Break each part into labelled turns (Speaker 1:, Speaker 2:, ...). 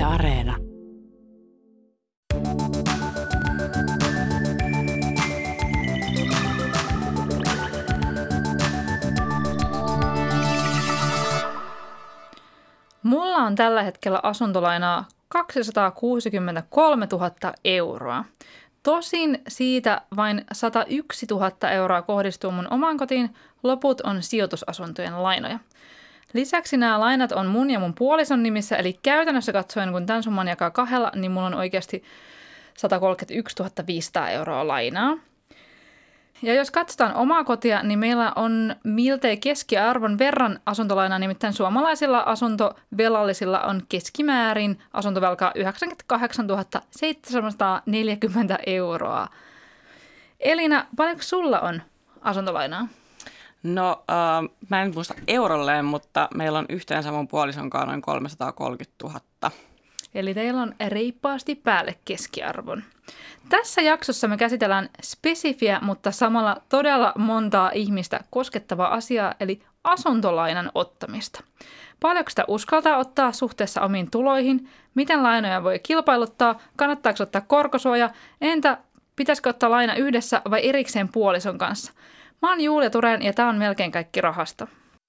Speaker 1: Areena.
Speaker 2: Mulla on tällä hetkellä asuntolainaa 263 000 euroa. Tosin siitä vain 101 000 euroa kohdistuu mun omaan kotiin, loput on sijoitusasuntojen lainoja. Lisäksi nämä lainat on mun ja mun puolison nimissä, eli käytännössä katsoen, kun tämän summan jakaa kahdella, niin mulla on oikeasti 131 500 euroa lainaa. Ja jos katsotaan omaa kotia, niin meillä on miltei keskiarvon verran asuntolainaa, nimittäin suomalaisilla asuntovelallisilla on keskimäärin asuntovelkaa 98 740 euroa. Elina, paljonko sulla on asuntolainaa?
Speaker 3: No, mä en muista eurolleen, mutta meillä on yhteensä mun puolison kanssa noin 330 000.
Speaker 2: Eli teillä on reippaasti päälle keskiarvon. Tässä jaksossa me käsitellään spesifiä, mutta samalla todella montaa ihmistä koskettavaa asiaa, eli asuntolainan ottamista. Paljonko sitä uskaltaa ottaa suhteessa omiin tuloihin? Miten lainoja voi kilpailuttaa? Kannattaako ottaa korkosuoja? Entä pitäisikö ottaa laina yhdessä vai erikseen puolison kanssa? Mä oon Julia Turen ja tää on Melkein kaikki rahasta.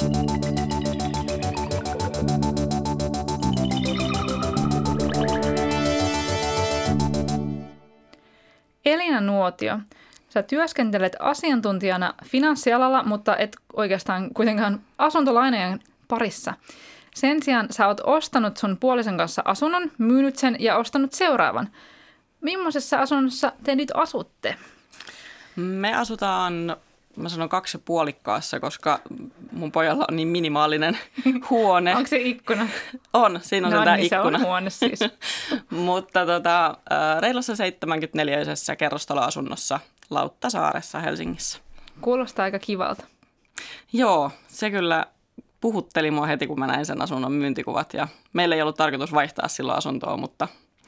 Speaker 2: Elina Nuotio, sä työskentelet asiantuntijana finanssialalla, mutta et oikeastaan kuitenkaan asuntolainojen parissa. Sen sijaan sä oot ostanut sun puolison kanssa asunnon, myynyt sen ja ostanut seuraavan. Millaisessa asunnossa te nyt asutte?
Speaker 3: Me asutaan, mä sanon 2,5, koska mun pojalla on niin minimaalinen huone.
Speaker 2: Onko se ikkuna?
Speaker 3: On, siinä on tämä ikkuna.
Speaker 2: Se on huone siis.
Speaker 3: Mutta reilussa 74-öisessä kerrostaloasunnossa Lauttasaaressa Helsingissä.
Speaker 2: Kuulostaa aika kivalta.
Speaker 3: Joo, se kyllä puhutteli mua heti, kun mä näin sen asunnon myyntikuvat. Ja meillä ei ollut tarkoitus vaihtaa silloin asuntoa, mutta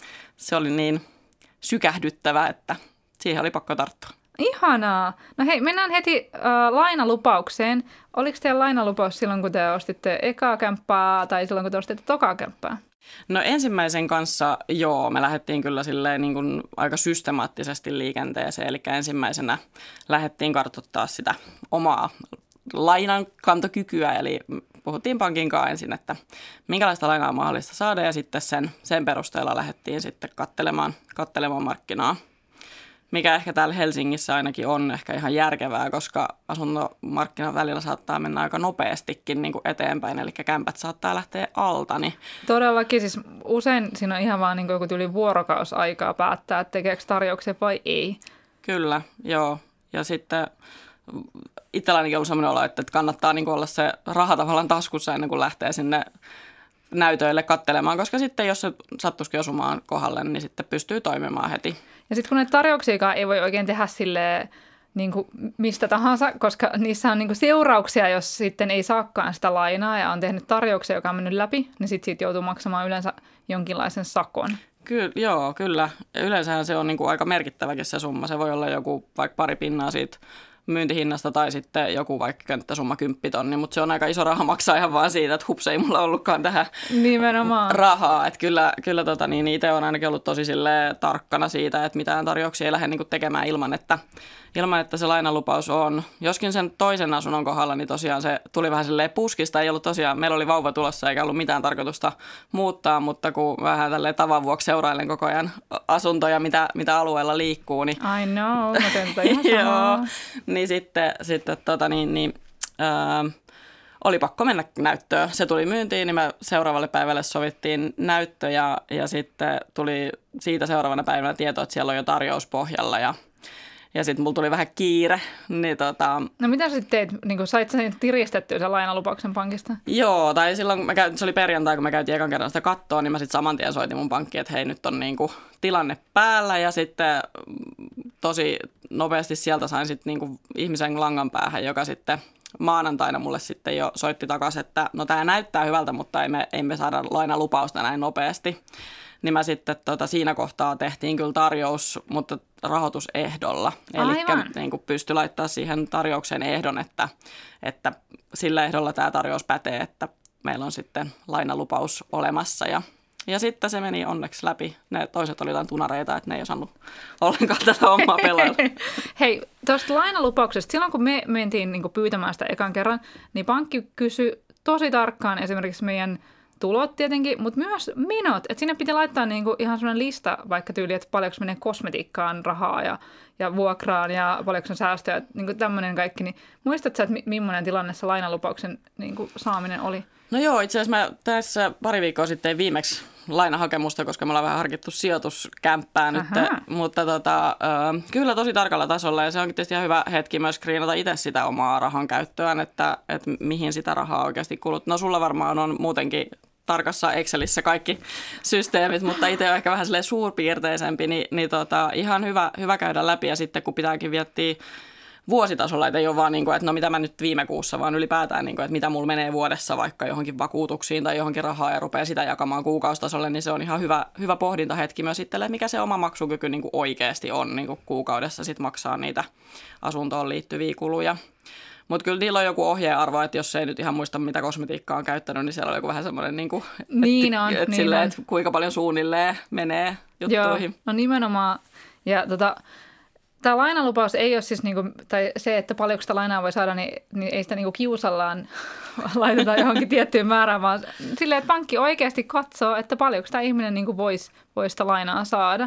Speaker 3: se oli niin sykähdyttävä, että siihen oli pakko tarttua.
Speaker 2: Ihanaa. No hei, mennään heti lainalupaukseen. Oliko teidän lainalupaus silloin, kun te ostitte ekaa kämppää tai silloin, kun te ostitte tokaa kämppää?
Speaker 3: No ensimmäisen kanssa joo, me lähdettiin kyllä silleen niin kuin aika systemaattisesti liikenteeseen. Eli ensimmäisenä lähdettiin kartoittaa sitä omaa lainankantokykyä, eli puhuttiin pankin kanssa ensin, että minkälaista lainaa on mahdollista saada ja sitten sen perusteella lähdettiin sitten kattelemaan markkinaa. Mikä ehkä täällä Helsingissä ainakin on ehkä ihan järkevää, koska asuntomarkkinan välillä saattaa mennä aika nopeastikin niin kuin eteenpäin, eli kämpät saattaa lähteä alta. Niin.
Speaker 2: Todellakin, siis usein siinä on ihan vaan niin kuin joku tyyli vuorokausaikaa päättää, että tekeekö tarjouksia vai ei.
Speaker 3: Kyllä, joo. Ja sitten itsellä ainakin on ollut sellainen olo, että kannattaa niin kuin olla se raha tavallaan taskussa ennen kuin lähtee sinne näytöille katselemaan, koska sitten jos se sattuisikin osumaan kohdalle, niin sitten pystyy toimimaan heti. Ja
Speaker 2: sitten kun näitä tarjouksiakaan ei voi oikein tehdä silleen niin kuin mistä tahansa, koska niissä on niin kuin seurauksia, jos sitten ei saakaan sitä lainaa ja on tehnyt tarjouksia, joka on mennyt läpi, niin sitten siitä joutuu maksamaan yleensä jonkinlaisen sakon.
Speaker 3: Kyllä, joo, kyllä. Yleensähän se on niin kuin aika merkittäväkin se summa. Se voi olla joku vaikka pari pinnaa siitä myyntihinnasta tai sitten joku vaikka könttäsumma 10 000, mutta se on aika iso raha maksaa ihan vaan siitä, että hups, ei mulla ollutkaan tähän
Speaker 2: nimenomaan
Speaker 3: rahaa. Että kyllä itse on ainakin ollut tosi tarkkana siitä, että mitään tarjouksia ei lähde niin kuin tekemään ilman, että se lainalupaus on. Joskin sen toisen asunnon kohdalla, niin tosiaan se tuli vähän silleen puskista. Ei ollut tosiaan, meillä oli vauva tulossa eikä ollut mitään tarkoitusta muuttaa, mutta kun vähän tälleen tavan vuoksi seurailen koko ajan asuntoja, mitä alueella liikkuu. Niin
Speaker 2: I know, mä teen tätä ihan samaa.
Speaker 3: Joo, niin sitten oli pakko mennä näyttöön. Se tuli myyntiin, niin me seuraavalle päivälle sovittiin näyttö ja sitten tuli siitä seuraavana päivänä tieto, että siellä on jo tarjous pohjalla ja sitten mulla tuli vähän kiire. Niin
Speaker 2: No mitä sä sitten teit? Niin sait sen tiristettyä sen lainalupauksen pankista?
Speaker 3: Joo, tai silloin se oli perjantai, kun me käytiin ekan kerran sitä kattoa, niin mä sitten saman tien soitin mun pankkiin, että hei, nyt on niinku tilanne päällä. Ja sitten tosi nopeasti sieltä sain sitten niinku ihmisen langan päähän, joka sitten maanantaina mulle sitten jo soitti takaisin, että no tämä näyttää hyvältä, mutta ei me saada lainalupausta näin nopeasti. Niin mä sitten siinä kohtaa tehtiin kyllä tarjous, mutta rahoitusehdolla. Eli niin pystyi laittaa siihen tarjoukseen ehdon, että sillä ehdolla tämä tarjous pätee, että meillä on sitten lainalupaus olemassa. Ja Ja sitten se meni onneksi läpi. Ne toiset oli jotain tunareita, että ne ei osannut ollenkaan tätä omaa pelailla.
Speaker 2: Hei, tuosta lainalupauksesta. Silloin kun me mentiin niin kuin pyytämään sitä ekan kerran, niin pankki kysyi tosi tarkkaan esimerkiksi meidän tulot tietenkin, mutta myös menot. Että sinne piti laittaa niin kuin ihan sellainen lista, vaikka tyyli, että paljonko menee kosmetiikkaan rahaa ja vuokraan ja paljonko on säästöjä, niin kuin tämmöinen kaikki. Niin muistatko sä, että millainen tilanne se lainalupauksen niin kuin saaminen oli?
Speaker 3: No joo, itse asiassa mä tässä pari viikkoa sitten viimeksi lainahakemusta, koska me ollaan vähän harkittu sijoituskämppää nyt, mutta kyllä tosi tarkalla tasolla ja se onkin tietysti ihan hyvä hetki myös screenata itse sitä omaa rahan käyttöään, että mihin sitä rahaa oikeasti kulut. No sulla varmaan on muutenkin tarkassa Excelissä kaikki systeemit, mutta itse on ehkä vähän silleen suurpiirteisempi, niin ihan hyvä käydä läpi ja sitten kun pitääkin viettiä vuositasolla, että ei ole vaan, niin kuin, että no mitä mä nyt viime kuussa, vaan ylipäätään, niin kuin, että mitä mulla menee vuodessa vaikka johonkin vakuutuksiin tai johonkin rahaa ja rupeaa sitä jakamaan kuukausitasolle, niin se on ihan hyvä pohdintahetki myös itselle, että mikä se oma maksukyky niin kuin oikeasti on niin kuin kuukaudessa sit maksaa niitä asuntoon liittyviä kuluja. Mutta kyllä niillä on joku ohjearvo, että jos ei nyt ihan muista, mitä kosmetiikkaa on käyttänyt, niin siellä on joku vähän semmoinen, että kuinka paljon suunnilleen menee juttuihin.
Speaker 2: Joo, no nimenomaan. Ja tämä lainalupaus ei ole siis, niinku, tai se, että paljonko sitä lainaa voi saada, niin ei sitä niinku kiusallaan laiteta johonkin tiettyyn määrään, vaan silleen, että pankki oikeasti katsoo, että paljonko tämä ihminen niinku voisi sitä lainaa saada.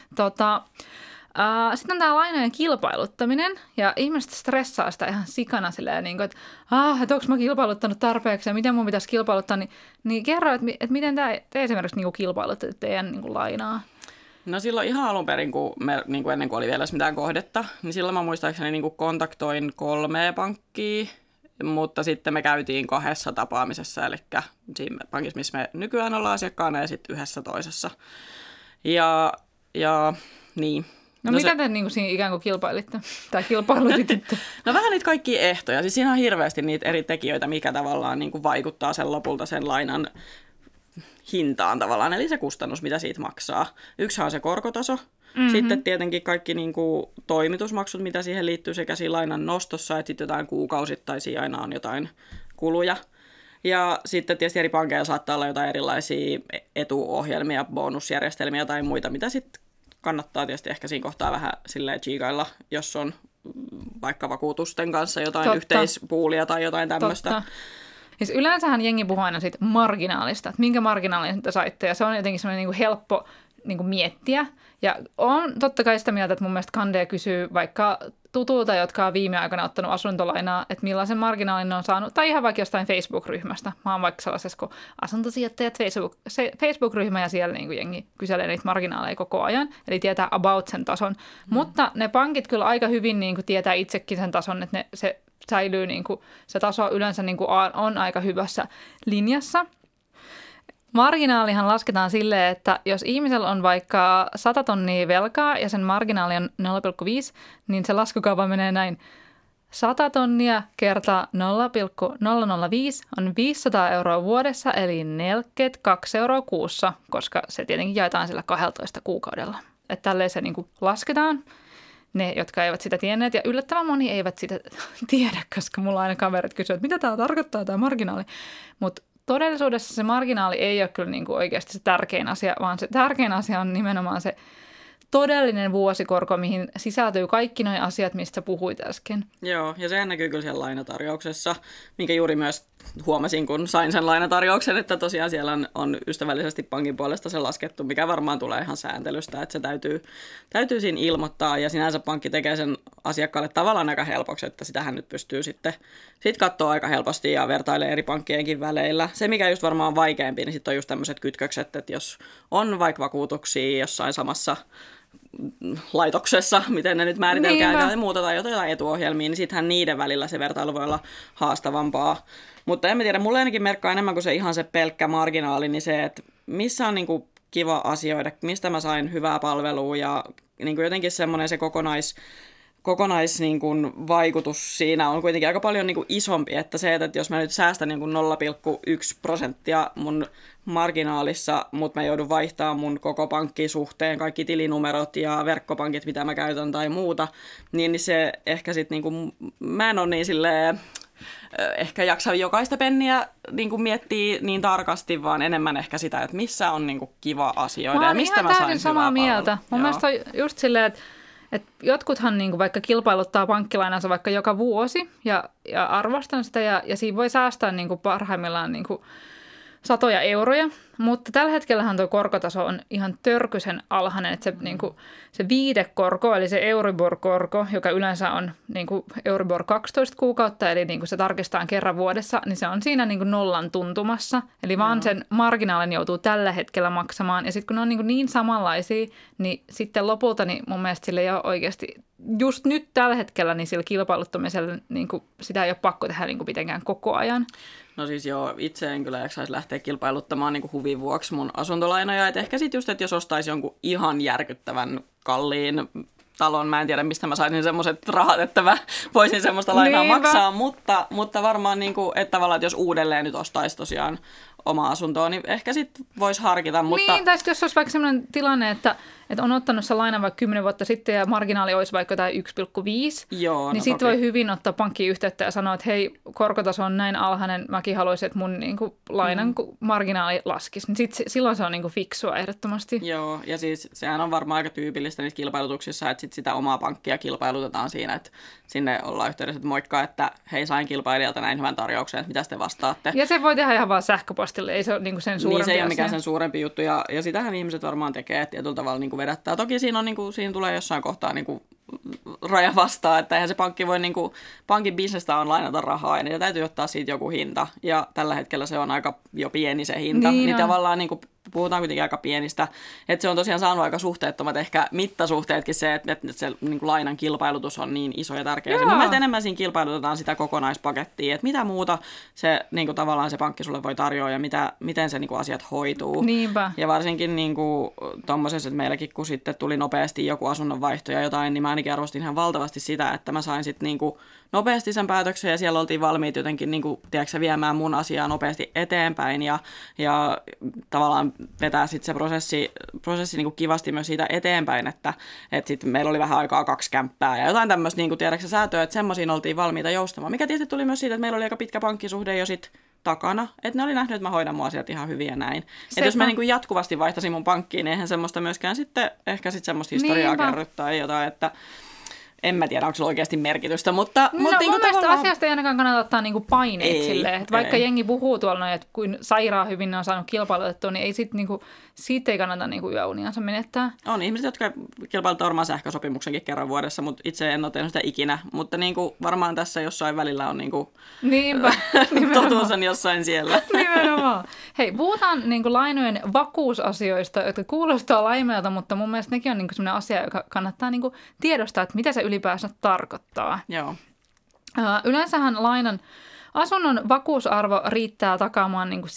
Speaker 2: Sitten on tämä lainojen kilpailuttaminen, ja ihmiset stressaa sitä ihan sikana silleen, niinku, että onko mä kilpailuttanut tarpeeksi ja miten mun pitäisi kilpailuttaa, niin kerro, että miten te esimerkiksi niinku kilpailuttatte teidän niinku lainaa?
Speaker 3: No silloin ihan alun perin, kun ennen kuin oli vielä mitään kohdetta, niin silloin mä muistaakseni niin kuin kontaktoin 3 pankkia, mutta sitten me käytiin 2 tapaamisessa, eli siinä pankissa, missä me nykyään ollaan asiakkaana ja sitten yhdessä toisessa. Ja niin.
Speaker 2: No mitä te niin siinä ikään kuin kilpailitte tai kilpailutitte?
Speaker 3: No vähän niitä kaikkia ehtoja. Siis siinä on hirveästi niitä eri tekijöitä, mikä tavallaan niin kuin vaikuttaa sen lopulta sen lainan hintaan tavallaan, eli se kustannus, mitä siitä maksaa. Yksihän on se korkotaso, sitten tietenkin kaikki niin kuin toimitusmaksut, mitä siihen liittyy sekä siinä lainan nostossa, että sitten jotain kuukausittaisia aina on jotain kuluja. Ja sitten tietysti eri pankeilla saattaa olla jotain erilaisia etuohjelmia, bonusjärjestelmiä tai muita, mitä sitten kannattaa tietysti ehkä siinä kohtaa vähän silleen chiikailla, jos on vaikka vakuutusten kanssa jotain yhteispuulia tai jotain tämmöistä.
Speaker 2: Siis yleensähän jengi puhuu aina siitä marginaalista, että minkä marginaalin te saitte, ja se on jotenkin semmoinen niin helppo niin kuin miettiä. Ja on totta kai sitä mieltä, että mun mielestä kandea kysyy vaikka tutulta, jotka on viime aikoina ottanut asuntolainaa, että millaisen marginaalin ne on saanut, tai ihan vaikka jostain Facebook-ryhmästä. Mä oon vaikka sellaisessa, kun asuntosijoittajat Facebook-ryhmä, ja siellä niin kuin jengi kyselee niitä marginaaleja koko ajan, eli tietää about sen tason. Mutta ne pankit kyllä aika hyvin niin kuin tietää itsekin sen tason, että se säilyy, niin kuin, se taso yleensä niin kuin on aika hyvässä linjassa. Marginaalihan lasketaan silleen, että jos ihmisellä on vaikka 100 tonnia velkaa ja sen marginaali on 0,5, niin se laskukaava menee näin. 100 tonnia kertaa 0,005 on 500 euroa vuodessa, eli 42 euroa kuussa, koska se tietenkin jaetaan sillä 12 kuukaudella. Että tälleen se niin kuin lasketaan. Ne, jotka eivät sitä tienneet, ja yllättävän moni eivät sitä tiedä, koska mulla aina kaverit kysyvät, mitä tämä tarkoittaa, tämä marginaali. Mutta todellisuudessa se marginaali ei ole kyllä niinku oikeasti se tärkein asia, vaan se tärkein asia on nimenomaan se todellinen vuosikorko, mihin sisältyy kaikki nuo asiat, mistä puhuit äsken.
Speaker 3: Joo, ja sehän näkyy kyllä siellä lainatarjouksessa, minkä juuri myös huomasin, kun sain sen lainatarjouksen, että tosiaan siellä on ystävällisesti pankin puolesta se laskettu, mikä varmaan tulee ihan sääntelystä, että se täytyy siinä ilmoittaa, ja sinänsä pankki tekee sen asiakkaalle tavallaan aika helpoksi, että sitähän nyt pystyy sitten katsoa aika helposti ja vertailee eri pankkienkin väleillä. Se, mikä just varmaan on vaikeampi, niin sitten on just tämmöiset kytkökset, että jos on vaikka vakuutuksia jossain samassa laitoksessa, miten ne nyt määritelkään ja muuta tai jotain etuohjelmia, niin sittenhän niiden välillä se vertailu voi olla haastavampaa. Mutta en mä tiedä, mulle ainakin merkkaa enemmän kuin se ihan se pelkkä marginaali, niin se, että missä on niinku kiva asioida, mistä mä sain hyvää palvelua ja niinku jotenkin semmoinen se kokonais niin kuin vaikutus siinä on kuitenkin aika paljon niin kuin isompi, että se, että jos mä nyt säästän niin kuin 0,1% mun marginaalissa, mutta mä joudun vaihtamaan mun koko pankkisuhteen, kaikki tilinumerot ja verkkopankit, mitä mä käytän tai muuta, niin se ehkä sitten, niin kuin, mä en ole niin silleen ehkä jaksa jokaista penniä niin kuin miettiä niin tarkasti, vaan enemmän ehkä sitä, että missä on niin kuin kiva asioida ja mistä mä sain
Speaker 2: samaa mieltä. Mun
Speaker 3: Joo.
Speaker 2: mielestä on just silleen, että jotkuthan niin kuin vaikka kilpailuttaa pankkilainansa vaikka joka vuosi ja arvostan sitä ja siinä voi säästää niin kuin parhaimmillaan niin kuin satoja euroja, mutta tällä hetkellähän tuo korkotaso on ihan törkyisen alhainen, että se viitekorko, eli se Euribor-korko, joka yleensä on niin kuin Euribor 12 kuukautta, eli niin kuin se tarkistetaan kerran vuodessa, niin se on siinä niin kuin nollan tuntumassa, eli vaan sen marginaalin joutuu tällä hetkellä maksamaan, ja sitten kun ne on niin samanlaisia, niin sitten lopulta niin mun mielestä sille ei ole oikeasti, just nyt tällä hetkellä, niin sillä kilpailuttamisella niin kuin sitä ei ole pakko tehdä niin kuin mitenkään koko ajan.
Speaker 3: No siis joo, itse en kyllä jaksaisi lähteä kilpailuttamaan niin kuin huvin vuoksi mun asuntolainoja. Et ehkä sitten just, että jos ostaisi jonkun ihan järkyttävän kalliin talon, mä en tiedä mistä mä saisin semmoiset rahat, että mä voisin semmoista lainaa maksaa, mutta varmaan, niin kuin, että tavallaan, että jos uudelleen nyt ostaisi tosiaan oma asuntoa, niin ehkä sitten voisi harkita. Mutta...
Speaker 2: Niin, tai jos olisi vaikka sellainen tilanne, että on ottanut se lainan vaikka 10 vuotta sitten ja marginaali olisi vaikka jotain 1,5,
Speaker 3: Joo,
Speaker 2: niin sitten voi hyvin ottaa pankkiin yhteyttä ja sanoa, että hei, korkotaso on näin alhainen, mäkin haluaisin, että mun niin kuin, lainan marginaali laskisi. Niin silloin se on niin kuin, fiksua ehdottomasti.
Speaker 3: Joo, ja siis sehän on varmaan aika tyypillistä niissä kilpailutuksissa, että sit sitä omaa pankkia kilpailutetaan siinä, että sinne ollaan yhteydessä, että moikka, että hei, sain kilpailijalta näin hyvän tarjouksen, että mitä te vastaatte.
Speaker 2: Ja se voi tehdä ihan vaan sähköpostille, ei se ole niin kuin sen suurempi
Speaker 3: Niin, se ei ole
Speaker 2: asia.
Speaker 3: mikään sen suurempi juttu, ja sitähän ihmiset varmaan tekee, että tietyllä tavalla niin kuin vedättää. Toki siinä, on, niin kuin, siinä tulee jossain kohtaa niin kuin raja vastaan, että eihän se pankki voi, niin kuin, pankin bisnestä on lainata rahaa, ja niitä täytyy ottaa siitä joku hinta, ja tällä hetkellä se on aika jo pieni se hinta, niin tavallaan niin kuin, puhutaan kuitenkin aika pienistä, että se on tosiaan saanut aika suhteettomat ehkä mittasuhteetkin se, että se niin kuin lainan kilpailutus on niin iso ja tärkeä. Mun mielestä enemmän siinä kilpailutetaan sitä kokonaispakettia, että mitä muuta se niin kuin tavallaan se pankki sulle voi tarjoa ja miten se niin kuin asiat hoituu.
Speaker 2: Niinpä.
Speaker 3: Ja varsinkin niin kuin tommosessa, että meilläkin kun sitten tuli nopeasti joku asunnonvaihto ja jotain, niin mä ainakin arvostin ihan valtavasti sitä, että mä sain sitten niin kuin nopeasti sen päätöksen ja siellä oltiin valmiit jotenkin niin kuin, tiedätkö, viemään mun asiaa nopeasti eteenpäin ja tavallaan vetää sitten se prosessi niin kuin kivasti myös siitä eteenpäin, että sitten meillä oli vähän aikaa 2 kämppää ja jotain tämmöistä niin kuin, tiedätkö, säätöä, että semmoisiin oltiin valmiita joustamaan. Mikä tietysti tuli myös siitä, että meillä oli aika pitkä pankkisuhde jo sitten takana, että ne oli nähnyt, että mä hoidan mun asiat ihan hyvin ja näin. Että jos mä niin kuin jatkuvasti vaihtaisin mun pankkiin, niin eihän semmoista myöskään sitten ehkä sitten semmoista historiaa kerry tai jotain, että en mä tiedä, onko se oikeasti merkitystä, mutta
Speaker 2: mun mielestä
Speaker 3: tavallaan...
Speaker 2: asiasta ei ainakaan kannata ottaa niinku paineet silleen, että vaikka jengi puhuu tuolla noin, että kuin sairaan hyvin ne on saanut kilpailutettua, niin ei siitä ei kannata niinku yöuniansa menettää.
Speaker 3: On ihmiset, jotka kilpailuttavat varmaan sähkösopimuksenkin kerran vuodessa, mutta itse en ole tehnyt sitä ikinä, mutta niinku varmaan tässä jossain välillä on niinku...
Speaker 2: Niinpä.
Speaker 3: Totuus on jossain siellä.
Speaker 2: Nimenomaan. Hei, puhutaan niinku lainojen vakuusasioista, jotka kuulostaa laimeilta, mutta mun mielestä nekin on niinku sellainen asia, joka kannattaa niinku tiedostaa, että mitä se ylipäänsä tarkoittaa.
Speaker 3: Joo.
Speaker 2: Yleensähän asunnon vakuusarvo riittää takaamaan niin kuin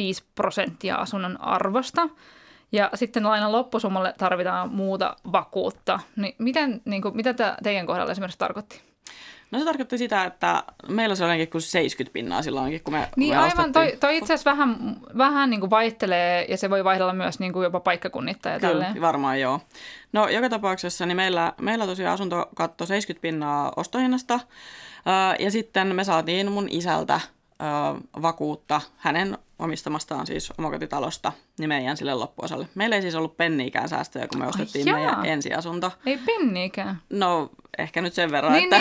Speaker 2: 75% asunnon arvosta. Ja sitten lainan loppusummalle tarvitaan muuta vakuutta. Niin mitä tämä teidän kohdalla esimerkiksi tarkoitti?
Speaker 3: No se tarkoitti sitä, että meillä se oli ainakin kuin 70% silloinkin, kun me
Speaker 2: Niin
Speaker 3: me
Speaker 2: aivan, toi itse asiassa vähän niin kuin vaihtelee ja se voi vaihdella myös niin kuin jopa paikkakunnittain ja tälleen.
Speaker 3: Kyllä, varmaan joo. No joka tapauksessa niin meillä tosiaan asunto kattoi 70% ostohinnasta ja sitten me saatiin mun isältä vakuutta hänen omistamastaan siis omakotitalosta niin meidän sille loppuosalle. Meillä ei siis ollut penniikään säästöjä, kun me ostettiin meidän ensiasunto.
Speaker 2: Ei penniikään?
Speaker 3: No ehkä nyt sen verran,
Speaker 2: niin.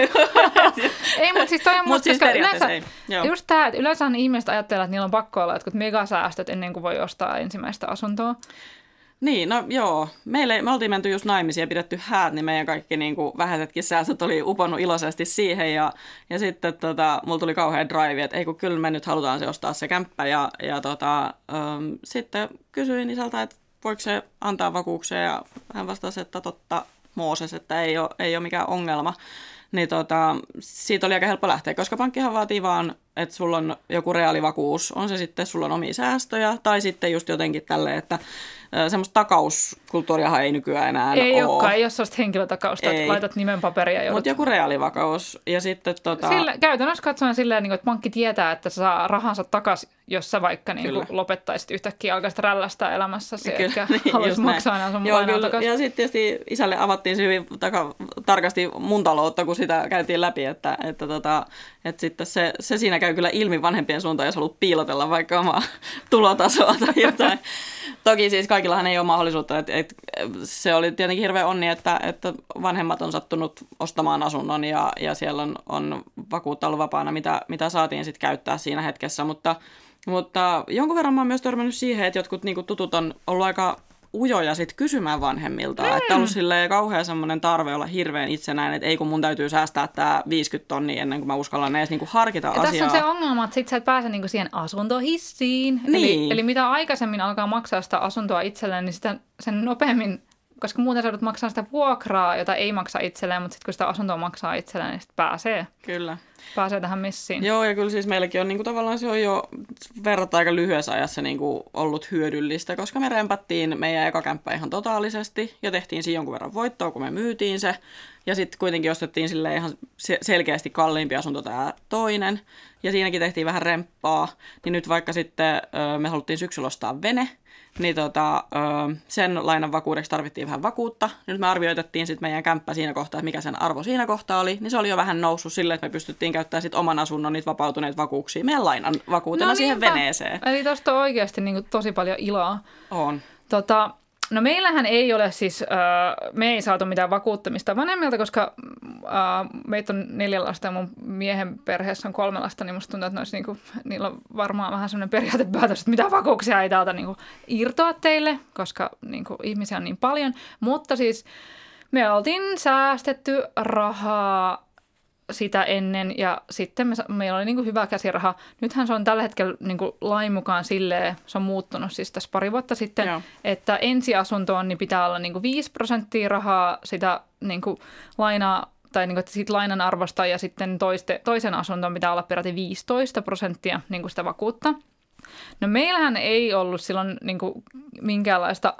Speaker 2: Ei, mutta siis toi on musta, koska yleensä, just tämä, että yleensä ihmiset ajattelee, että niillä on pakko olla jotkut megasäästöt ennen kuin voi ostaa ensimmäistä asuntoa.
Speaker 3: Niin, no joo. Me oltiin menty just naimisiin ja pidetty häät, niin meidän kaikki niin kuin vähäisetkin säästöt oli uponnut iloisesti siihen. Ja sitten mulla tuli kauhean drive, että ei kun kyllä me nyt halutaan se ostaa se kämppä. Ja sitten kysyin isältä, että voiko se antaa vakuuksia ja hän vastasi, että totta Mooses, että ei ole mikään ongelma. Niin siitä oli aika helppo lähteä, koska pankkihan vaatii vaan, että sulla on joku reaalivakuus. On se sitten, sulla on omia säästöjä tai sitten just jotenkin tälleen, että semmoista takauskulttuuriahan ei nykyään enää ole.
Speaker 2: Ei olekaan, ei ole sellaista henkilötakausta, että laitat nimen paperia.
Speaker 3: Mutta joku reaalivakaus. Ja sitten
Speaker 2: käytännössä katsoen silleen, että pankki tietää, että saa rahansa takaisin, jos sä vaikka lopettaisit yhtäkkiä, alkaisit rällästää elämässä se, että haluaisit maksaa enää sun lainaa takaisin.
Speaker 3: Ja sitten tietysti isälle avattiin se hyvin tarkasti mun taloutta, kun sitä käytiin läpi, että että sitten se siinä käy kyllä ilmi vanhempien suuntaan, jos haluat piilotella vaikka omaa tulotasoa tai jotain. Toki siis kaikillahan ei ole mahdollisuutta, että se oli tietenkin hirveä onni, että vanhemmat on sattunut ostamaan asunnon ja siellä on vakuutta ollut vapaana, mitä saatiin sitten käyttää siinä hetkessä, mutta jonkun verran mä oon myös törmännyt siihen, että jotkut niinku tutut on ollut aika ujoja sit kysymään vanhemmilta, että on ollut silleen kauhean semmoinen tarve olla hirveän itsenäinen, että ei kun mun täytyy säästää tää 50 tonnia ennen kuin mä uskallan edes niinku harkita asiaa.
Speaker 2: Tässä on se ongelma, että sit sä et pääse niinku siihen asuntohissiin.
Speaker 3: Niin.
Speaker 2: Eli mitä aikaisemmin alkaa maksaa sitä asuntoa itselleen, niin sitä sen nopeammin, koska muuten sä joudut maksaa sitä vuokraa, jota ei maksa itselleen, mutta sitten kun sitä asuntoa maksaa itselleen, niin sitten pääsee.
Speaker 3: Kyllä.
Speaker 2: Pääsee tähän messiin.
Speaker 3: Joo, ja kyllä siis meilläkin on niinku tavallaan se on jo verrattuna aika lyhyessä ajassa niinku ollut hyödyllistä, koska me rempattiin meidän eka kämppä ihan totaalisesti ja tehtiin siinä jonkun verran voittoa, kun me myytiin se. Ja sitten kuitenkin ostettiin sille ihan selkeästi kalliimpi asunto tämä toinen. Ja siinäkin tehtiin vähän remppaa. Niin nyt vaikka sitten me haluttiin syksyllä ostaa vene, niin sen lainan vakuudeksi tarvittiin vähän vakuutta. Nyt me arvioitettiin sitten meidän kämppä siinä kohtaa, että mikä sen arvo siinä kohtaa oli. Niin se oli jo vähän noussut silleen, että me pystyttiin käyttämään sitten oman asunnon niitä vapautuneita vakuuksia meidän lainan vakuutena siihen veneeseen.
Speaker 2: Eli tuosta on oikeasti niin tosi paljon iloa.
Speaker 3: On.
Speaker 2: No meillähän ei ole siis, me ei saatu mitään vakuuttamista vanhemmilta, koska meitä on 4 lasta ja mun miehen perheessä on 3 lasta, niin musta tuntuu, että niillä on varmaan vähän semmoinen periaatepäätös, että mitä vakuuksia ei täältä irtoa teille, koska ihmisiä on niin paljon. Mutta siis me oltiin säästetty rahaa sitä ennen ja sitten meillä oli hyvä käsiraha. Nythän se on tällä hetkellä lain mukaan silleen, se on muuttunut siis tässä pari vuotta sitten, joo, että ensiasuntoon niin pitää olla 5% rahaa sitä lainaa tai siitä lainan arvosta ja sitten toisen asuntoon pitää olla peräti 15% sitä vakuutta. No meillähän ei ollut silloin minkäänlaista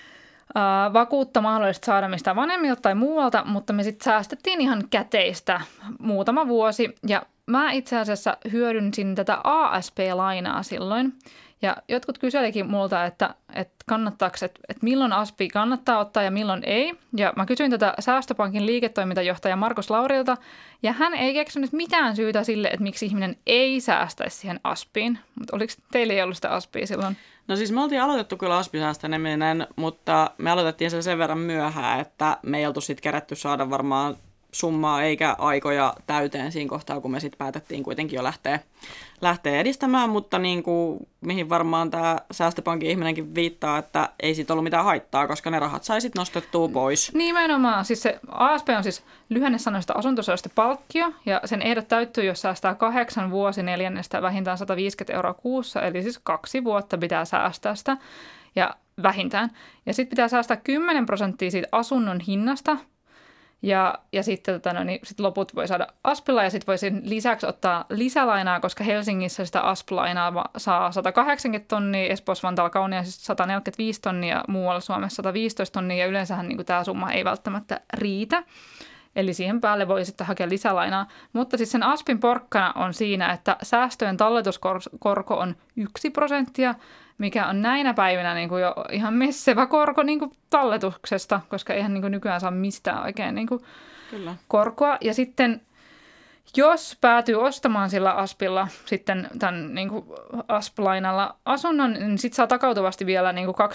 Speaker 2: vakuutta mahdollista saada mistään vanhemmilta tai muualta, mutta me sitten säästettiin ihan käteistä muutama vuosi. Ja mä itse asiassa hyödynsin tätä ASP-lainaa silloin. Ja jotkut kyselikin multa, että kannattaako, että milloin ASPI kannattaa ottaa ja milloin ei. Ja mä kysyin tätä Säästöpankin liiketoimintajohtaja Markus Laurilta, ja hän ei keksinyt mitään syytä sille, että miksi ihminen ei säästäisi siihen ASPiin. Mutta oliko teillä ei ollut sitä ASPia silloin?
Speaker 3: No siis me oltiin aloitettu kyllä ASPI-säästäneminen, mutta me aloitettiin sen verran myöhään, että me ei oltu sitten kerätty saada varmaan summaa eikä aikoja täyteen siinä kohtaa, kun me sitten päätettiin kuitenkin jo lähteä edistämään, mutta mihin varmaan tämä Säästöpankin ihminenkin viittaa, että ei siitä ollut mitään haittaa, koska ne rahat sai sitten nostettua pois.
Speaker 2: Nimenomaan. Siis se ASP on siis lyhennesanoista asuntosäästöpalkkio, ja sen ehdot täyttyy, jos säästää 8 vuosineljännestä vähintään 150 € kuussa, eli siis 2 vuotta pitää säästää sitä, ja vähintään. Ja sitten pitää säästää 10% siitä asunnon hinnasta, ja sitten sit loput voi saada ASPilla ja sitten voi sen lisäksi ottaa lisälainaa, koska Helsingissä sitä ASP-lainaa saa 180 tonnia, Espoossa, Vantaalla, Kauniaisissa 145 tonnia, muualla Suomessa 115 tonnia ja yleensähän tämä summa ei välttämättä riitä. Eli siihen päälle voi sitten hakea lisälainaa. Mutta siis sen ASPin porkkana on siinä, että säästöjen talletuskorko on 1%, mikä on näinä päivinä jo ihan messevä korko talletuksesta, koska eihän nykyään saa mistään oikein
Speaker 3: Kyllä.
Speaker 2: korkoa. Ja sitten jos päätyy ostamaan sillä ASPilla sitten tämän ASP-lainalla asunnon, niin sitten saa takautuvasti vielä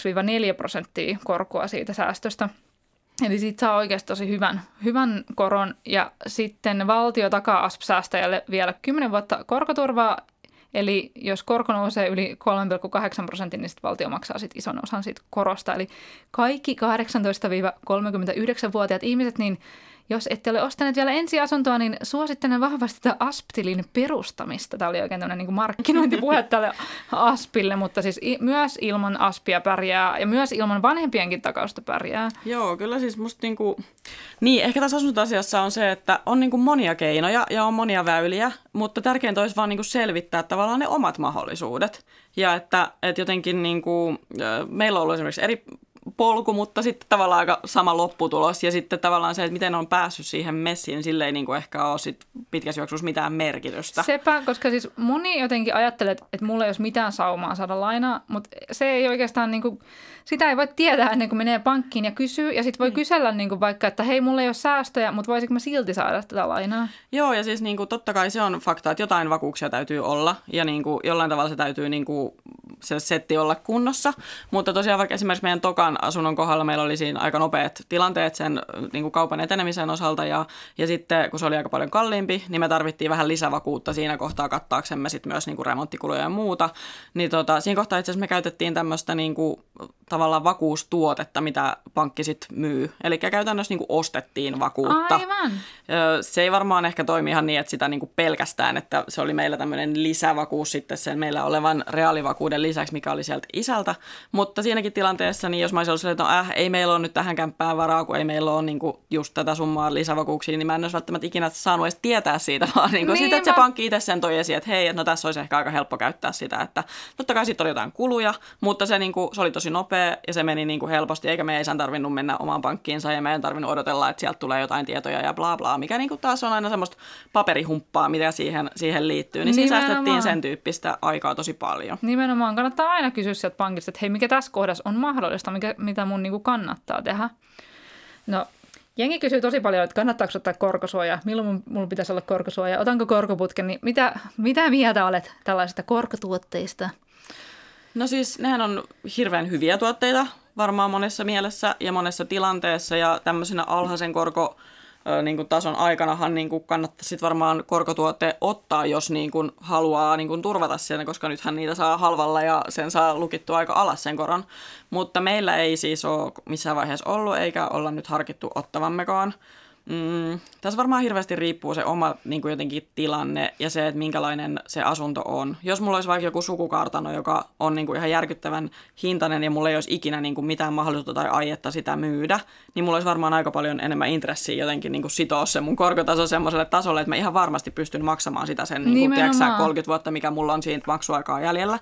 Speaker 2: 2-4% korkoa siitä säästöstä. Eli siitä saa oikeasti tosi hyvän koron ja sitten valtio takaa ASP-säästäjälle vielä 10 vuotta korkoturvaa. Eli jos korko nousee yli 3,8%, niin sitten valtio maksaa sit ison osan siitä korosta. Eli kaikki 18-39-vuotiaat ihmiset, niin jos ette ole ostaneet vielä ensiasuntoa, niin suosittelen vahvasti tätä ASP-tilin perustamista. Tämä oli oikein tämmöinen markkinointipuhe tälle ASPille, mutta siis myös ilman ASPia pärjää ja myös ilman vanhempienkin takausta pärjää.
Speaker 3: Joo, kyllä siis musta niin, ehkä tässä asuntoasiassa on se, että on monia keinoja ja on monia väyliä, mutta tärkeintä olisi vaan selvittää tavallaan ne omat mahdollisuudet. Ja että jotenkin meillä on ollut esimerkiksi eri polku, mutta sitten tavallaan aika sama lopputulos. Ja sitten tavallaan se, että miten on päässyt siihen messiin, niin sille ei niin kuin ehkä ole sit pitkässä juoksussa mitään merkitystä.
Speaker 2: Sepä, koska siis moni jotenkin ajattelee, että mulla ei olisi mitään saumaa saada lainaa, mutta se ei oikeastaan, niin kuin, sitä ei voi tietää ennen kuin menee pankkiin ja kysyy. Ja sitten voi kysellä niin kuin vaikka, että hei, mulla ei ole säästöjä, mutta voisinko mä silti saada tätä lainaa?
Speaker 3: Joo, ja siis niin kuin, totta kai se on fakta, että jotain vakuuksia täytyy olla ja niin kuin, jollain tavalla se täytyy niin kuin, se setti olla kunnossa. Mutta tosiaan vaikka esimerkiksi meidän tokan asunnon kohdalla meillä oli siinä aika nopeat tilanteet sen niin kuin kaupan etenemisen osalta ja sitten kun se oli aika paljon kalliimpi, niin me tarvittiin vähän lisävakuutta siinä kohtaa kattaaksemme sitten myös niin kuin remonttikuluja ja muuta. Niin siinä kohtaa itse asiassa me käytettiin tämmöistä niin kuin, tavallaan vakuustuotetta, mitä pankki sitten myy. Eli käytännössä niin kuin ostettiin vakuutta.
Speaker 2: Aivan.
Speaker 3: Se ei varmaan ehkä toimi ihan niin, että sitä niin kuin pelkästään, että se oli meillä tämmöinen lisävakuus sitten sen meillä olevan reaalivakuuden lisäksi, mikä oli sieltä isältä. Mutta siinäkin tilanteessa, niin jos mä olisin ollut silleen, että ei meillä ole nyt tähän kämppään varaa, kun ei meillä ole niin kuin just tätä summaa lisävakuuksia, niin mä en olisi välttämättä ikinä saanut edes tietää siitä, vaan niin kuin siitä, että se pankki itse sen toi esiin, että hei, että no tässä olisi ehkä aika helppo käyttää sitä, että totta kai siitä oli jotain kuluja, mutta se, niin kuin, se oli tosi nopea ja se meni niin kuin helposti, eikä meidän isän tarvinnut mennä omaan pankkiinsa ja meidän tarvinnut odotella, että sieltä tulee jotain tietoja ja bla bla, mikä niin kuin taas on aina semmoista paperihumppaa, mitä siihen liittyy, niin siinä säästettiin sen tyyppistä aikaa tosi paljon.
Speaker 2: Nimenomaan kannattaa aina kysyä sieltä pankista, että hei, mikä tässä kohdassa on mahdollista, mitä mun niin kuin kannattaa tehdä. No, jengi kysyy tosi paljon, että kannattaako ottaa korkosuojaa, milloin mulla pitäisi olla korkosuoja, otanko korkoputken, niin mitä mieltä olet tällaisista korkotuotteista?
Speaker 3: No siis nehän on hirveän hyviä tuotteita varmaan monessa mielessä ja monessa tilanteessa ja tämmöisenä alhaisen niin kuin tason aikanahan niin kuin kannattaisi sit varmaan korkotuote ottaa, jos niin kuin haluaa niin kuin turvata sen, koska nythän niitä saa halvalla ja sen saa lukittua aika alas sen koron. Mutta meillä ei siis ole missään vaiheessa ollut eikä olla nyt harkittu ottavammekaan. Tässä varmaan hirveästi riippuu se oma niin kuin jotenkin tilanne ja se, että minkälainen se asunto on. Jos mulla olisi vaikka joku sukukartano, joka on niin kuin ihan järkyttävän hintainen ja mulla ei olisi ikinä niin kuin mitään mahdollisuutta tai aietta sitä myydä, niin mulla olisi varmaan aika paljon enemmän intressiä jotenkin niin kuin sitoa se mun korkotaso semmoiselle tasolle, että mä ihan varmasti pystyn maksamaan sitä sen niin kuin, 30 vuotta, mikä mulla on siitä maksuaikaa jäljellä.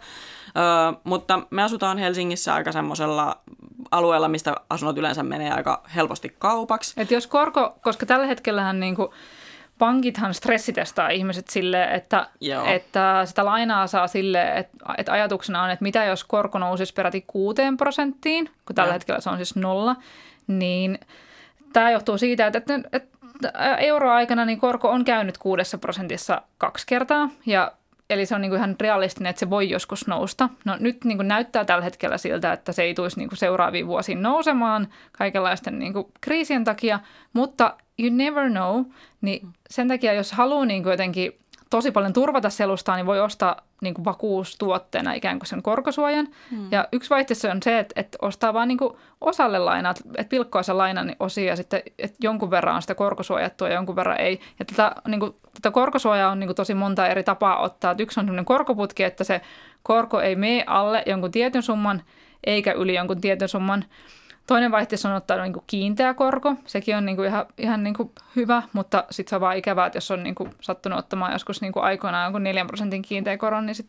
Speaker 3: Mutta me asutaan Helsingissä aika semmoisella alueella, mistä asunnot yleensä menee aika helposti kaupaksi.
Speaker 2: Et jos koska tällä hetkellähän niinku pankithan stressitestaa ihmiset silleen, että sitä lainaa saa silleen, että ajatuksena on, että mitä jos korko nousisi peräti 6%, kun tällä hetkellä se on siis 0, niin tämä johtuu siitä, että euroaikana niin korko on käynyt 6% 2 kertaa eli se on niin kuin ihan realistinen, että se voi joskus nousta. No nyt niin kuin näyttää tällä hetkellä siltä, että se ei tulisi niin kuin seuraaviin vuosiin nousemaan kaikenlaisten niin kuin kriisien takia, mutta you never know, niin sen takia jos haluaa niin kuin jotenkin tosi paljon turvata selustaa, niin voi ostaa niin kuin vakuustuotteena ikään kuin sen korkosuojan. Ja yksi vaihtoehto on se, että ostaa vaan niin kuin osalle lainaa, että pilkkoa sen lainan osia ja sitten että jonkun verran on sitä korkosuojattua ja jonkun verran ei. Ja tätä korkosuojaa on niin kuin tosi monta eri tapaa ottaa. Että yksi on sellainen korkoputki, että se korko ei mene alle jonkun tietyn summan eikä yli jonkun tietyn summan. Toinen vaihtoehto on ottaa niin kuin kiinteä korko. Sekin on niin kuin ihan niin kuin hyvä, mutta sitten se on vaan ikävää, että jos on niin kuin sattunut ottamaan joskus niin kuin aikoinaan jonkun 4% kiinteä koron, niin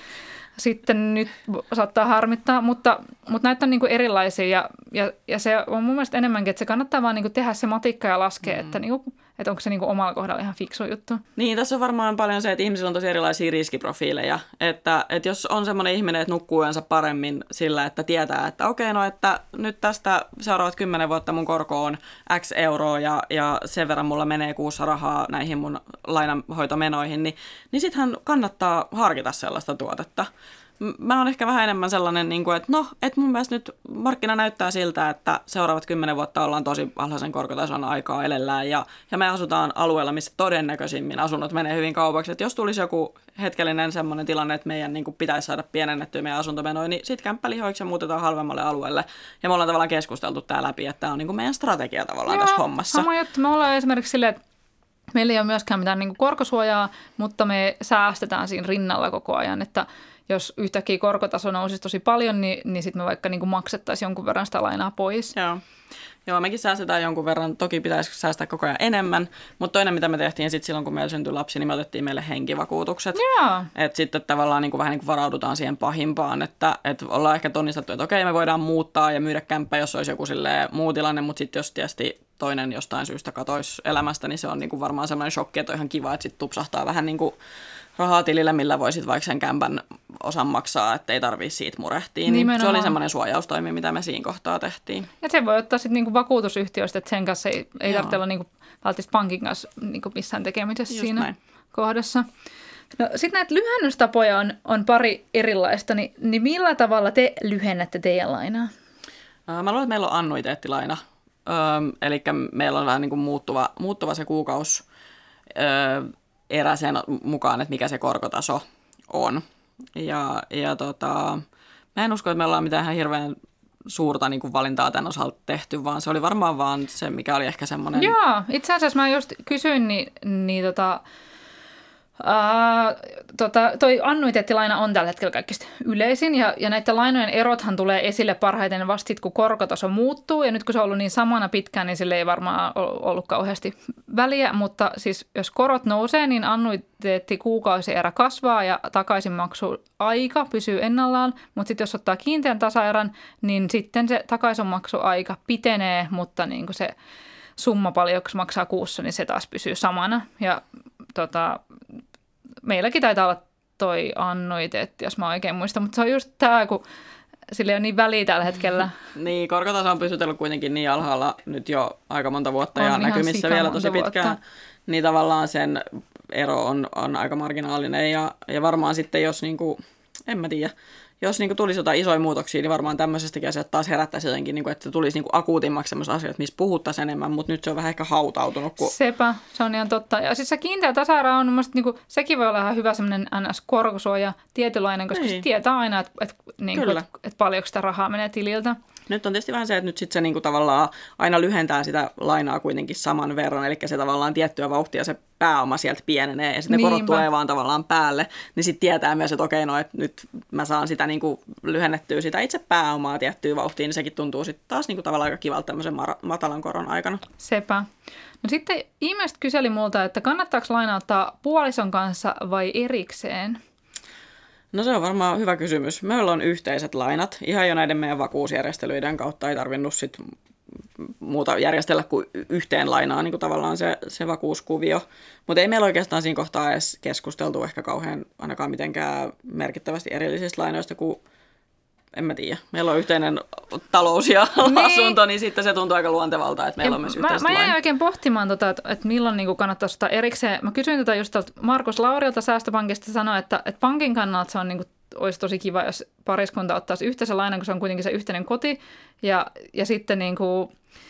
Speaker 2: sitten nyt saattaa harmittaa. Mutta näitä on niin kuin erilaisia ja se on mun mielestä enemmänkin, että se kannattaa vaan niin kuin tehdä se matikka ja laskea, että onko se niin kuin omalla kohdalla ihan fiksu juttu.
Speaker 3: Niin, tässä on varmaan paljon se, että ihmisillä on tosi erilaisia riskiprofiileja. Että jos on semmoinen ihminen, että nukkuu yönsä paremmin sillä, että tietää, että okei, no että nyt tästä seuraavat 10 vuotta mun korko on X euroa ja sen verran mulla menee kuussa rahaa näihin mun lainanhoitomenoihin, niin sittenhän kannattaa harkita sellaista tuotetta. Mä oon ehkä vähän enemmän sellainen, että mun mielestä nyt markkina näyttää siltä, että seuraavat 10 vuotta ollaan tosi alhaisen korkotason aikaa elellään ja me asutaan alueella, missä todennäköisimmin asunnot menee hyvin kaupaksi. Että jos tulisi joku hetkellinen semmoinen tilanne, että meidän pitäisi saada pienennettyä meidän asuntomenoja, niin sitten kämppälihoiksi ja muutetaan halvemmalle alueelle. Ja me ollaan tavallaan keskusteltu tää läpi, että tämä on meidän strategia tavallaan tässä hommassa.
Speaker 2: Sama juttu. Me ollaan esimerkiksi silleen, että meillä ei ole myöskään mitään korkosuojaa, mutta me säästetään siinä rinnalla koko ajan, että jos yhtäkkiä korkotaso nousisi tosi paljon, niin sitten me vaikka niin kuin maksettaisiin jonkun verran sitä lainaa pois.
Speaker 3: Joo, mekin säästetään jonkun verran. Toki pitäisi säästää koko ajan enemmän, mutta toinen, mitä me tehtiin sitten silloin, kun meillä syntyi lapsi, niin me otettiin meille henkivakuutukset. Että sitten tavallaan niin kuin vähän niin kuin varaudutaan siihen pahimpaan, että ollaan ehkä tunnistettu, että okei, me voidaan muuttaa ja myydä kämppä, jos olisi joku muu tilanne, mutta sitten jos tietysti toinen jostain syystä katoisi elämästä, niin se on niin kuin varmaan sellainen shokki, että on ihan kiva, että sitten tupsahtaa vähän niin kuin rahaa tilille, millä voisit vaikka sen kämpän osan maksaa, ettei tarvitse siitä murehtia. Niin se oli semmoinen suojaustoimi, mitä me siinä kohtaa tehtiin.
Speaker 2: Ja se voi ottaa sitten niinku vakuutusyhtiöistä, että sen kanssa ei tarvitse olla niinku välttämättä pankin kanssa niinku missään tekemisessä siinä näin. Kohdassa. No, sitten näitä lyhennystapoja on pari erilaista, niin millä tavalla te lyhennätte teidän lainaa?
Speaker 3: Mä luulen, että meillä on annuiteettilaina. Eli meillä on vähän niin kuin muuttuva se kuukausi erä sen mukaan, että mikä se korkotaso on. Ja mä en usko, että me ollaan mitään ihan hirveän suurta niin kuin valintaa tämän osalta tehty, vaan se oli varmaan vaan se, mikä oli ehkä semmoinen...
Speaker 2: Joo, itse asiassa mä just kysyin, toi annuiteettilaina on tällä hetkellä kaikista yleisin ja näiden lainojen erothan tulee esille parhaiten vasta sit, kun korkotaso muuttuu ja nyt kun se on ollut niin samana pitkään, niin sille ei varmaan ollut kauheasti väliä, mutta siis jos korot nousee, niin annuiteetti kuukausierä kasvaa ja takaisinmaksuaika pysyy ennallaan, mutta sitten jos ottaa kiinteän tasaerän, niin sitten se takaisinmaksuaika pitenee, mutta niin kuin se summa paljonko maksaa kuussa, niin se taas pysyy samana ja meilläkin taitaa olla toi annuiteetti, jos mä oikein muistan, mutta se on just tämä, kun sillä ei ole niin väliä tällä hetkellä.
Speaker 3: Niin, korkotaso on pysytellyt kuitenkin niin alhaalla nyt jo aika monta vuotta ja näkymissä vielä tosi pitkään. Niin tavallaan sen ero on aika marginaalinen ja varmaan sitten jos, niinku, en mä tiedä, jos niinku tulisi jotain isoja muutoksia, niin varmaan tämmöisestäkin asiat taas herättäisi jotenkin, niinku, että tulisi niinku akuutimmaksi sellaiset asiat, missä puhuttaisiin enemmän, mutta nyt se on vähän ehkä hautautunut.
Speaker 2: Sepä, se on ihan totta. Ja siis se kiinteä tasaerä on, niinku, sekin voi olla ihan hyvä semmoinen NS-korkosuoja tietynlainen, koska se tietää aina, että paljonko sitä rahaa menee tililtä.
Speaker 3: Nyt on tietysti vähän se, että nyt sitten se niinku tavallaan aina lyhentää sitä lainaa kuitenkin saman verran, eli se tavallaan tiettyä vauhtia se pääoma sieltä pienenee ja sitten ne korot tulee vaan tavallaan päälle, niin sitten tietää myös, että okei, no, että nyt mä saan sitä niinku lyhennettyä sitä itse pääomaa tiettyä vauhtiin, niin sekin tuntuu sitten taas niinku tavallaan aika kivalta tämmöisen matalan koron aikana.
Speaker 2: Sepä. No sitten ihmiset kyseli multa, että kannattaako lainaa ottaa puolison kanssa vai erikseen?
Speaker 3: No se on varmaan hyvä kysymys. Meillä on yhteiset lainat. Ihan jo näiden meidän vakuusjärjestelyiden kautta ei tarvinnut sit muuta järjestellä kuin yhteen lainaan niin kuin tavallaan se vakuuskuvio. Mutta ei meillä oikeastaan siinä kohtaa edes keskusteltu ehkä kauhean ainakaan mitenkään merkittävästi erillisistä lainoista, kun en mä tiedä. Meillä on yhteinen talous ja asunto, niin sitten se tuntuu aika luontevalta, että meillä on myös yhteiset lainat.
Speaker 2: Mä jäin oikein pohtimaan, että milloin niin kannattaisi ottaa erikseen. Mä kysyin tätä just Markus Laurilta Säästöpankista, sanoi, että pankin kannalta se on niin kuin, olisi tosi kiva, jos pariskunta ottaisi yhteisen lainan, kun se on kuitenkin se yhteinen koti. Ja sitten niin kuin,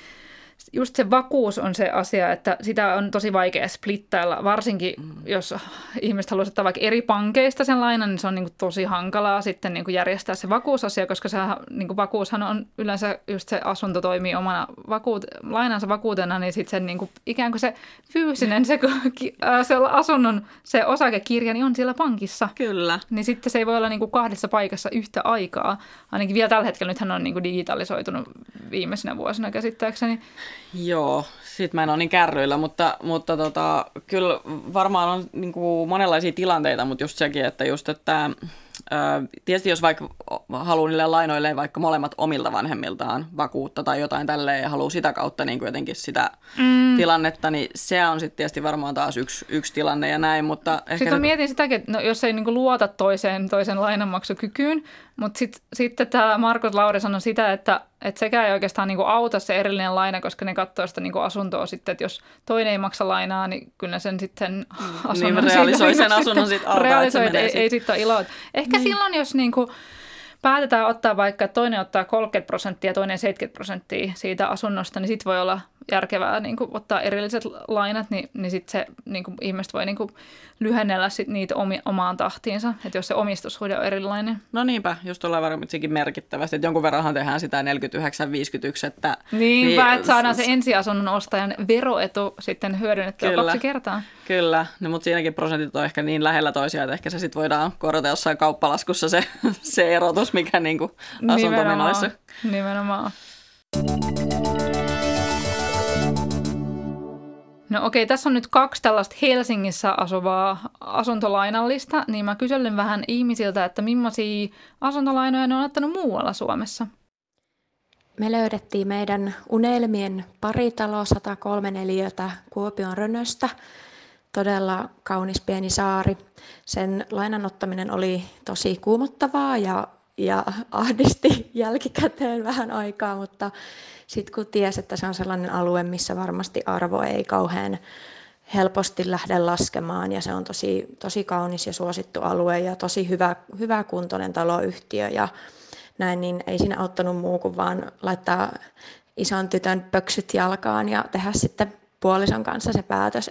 Speaker 2: just se vakuus on se asia, että sitä on tosi vaikea splittailla, varsinkin jos ihmiset haluaisi ottaa vaikka eri pankeista sen lainan, niin se on niin kuin tosi hankalaa sitten niin kuin järjestää se vakuusasia, koska se niin kuin vakuushan on yleensä just se asunto toimii omana lainansa vakuutena, niin sitten sen niin kuin, ikään kuin se fyysinen, se asunnon se osakekirja, niin on siellä pankissa.
Speaker 3: Kyllä.
Speaker 2: Niin sitten se ei voi olla niin kuin kahdessa paikassa yhtä aikaa. Ainakin vielä tällä hetkellä, nythän on niin kuin digitalisoitunut viimeisenä vuosina käsittääkseni.
Speaker 3: Joo, sit mä en ole niin kärryillä, mutta kyllä varmaan on niin kuin monenlaisia tilanteita, mutta just sekin, että tietysti jos vaikka haluaa niille lainoille vaikka molemmat omilta vanhemmiltaan vakuutta tai jotain tälleen ja haluaa sitä kautta niin kuin jotenkin sitä tilannetta, niin se on sitten tietysti varmaan taas yksi tilanne ja näin, mutta
Speaker 2: sitten mä mietin sitäkin, että jos ei niin kuin luota toisen lainanmaksukykyyn, mutta sitten tämä Markus Lauri sanoi sitä, että sekä ei oikeastaan niin kuin auta se erillinen laina, koska ne katsoo sitä niin kuin asuntoa sitten, että jos toinen ei maksa lainaa, niin kyllä sen sitten asunnon
Speaker 3: niin realisoi sen asunnon sitten alta.
Speaker 2: Realisoi, että ei sitten ole iloa. Ehkä silloin, jos niin kuin päätetään ottaa vaikka, että toinen ottaa 30% ja toinen 70% siitä asunnosta, niin sitten voi olla järkevää niin kuin ottaa erilliset lainat, niin sitten se niin kuin ihmiset voi niin kuin lyhennellä sit niitä omaan tahtiinsa, että jos se omistussuhde on erilainen.
Speaker 3: No niinpä, just ollaan varmastikin merkittävästi, että jonkun verranhan tehdään sitä 49-51, että...
Speaker 2: Niinpä, että saadaan se ensiasunnon ostajan veroetu sitten hyödynnettyä 2 kertaa.
Speaker 3: Kyllä, no, mutta siinäkin prosentit on ehkä niin lähellä toisiaan, että ehkä se sitten voidaan korjata jossain kauppalaskussa se erotus, mikä niinku asuntomenoissa.
Speaker 2: Nimenomaan. No okei, tässä on nyt 2 tällaista Helsingissä asuvaa asuntolainallista, niin mä kyselen vähän ihmisiltä, että millaisia asuntolainoja ne on ottanut muualla Suomessa.
Speaker 1: Me löydettiin meidän unelmien paritalo 103 neliötä Kuopion Rönöstä. Todella kaunis pieni saari. Sen lainan ottaminen oli tosi kuumottavaa ja ahdisti jälkikäteen vähän aikaa, mutta sitten kun tiesi, että se on sellainen alue, missä varmasti arvo ei kauhean helposti lähde laskemaan ja se on tosi kaunis ja suosittu alue ja tosi hyväkuntoinen taloyhtiö ja näin, niin ei siinä auttanut muu kuin vaan laittaa ison tytön pöksyt jalkaan ja tehdä sitten puolison kanssa se päätös,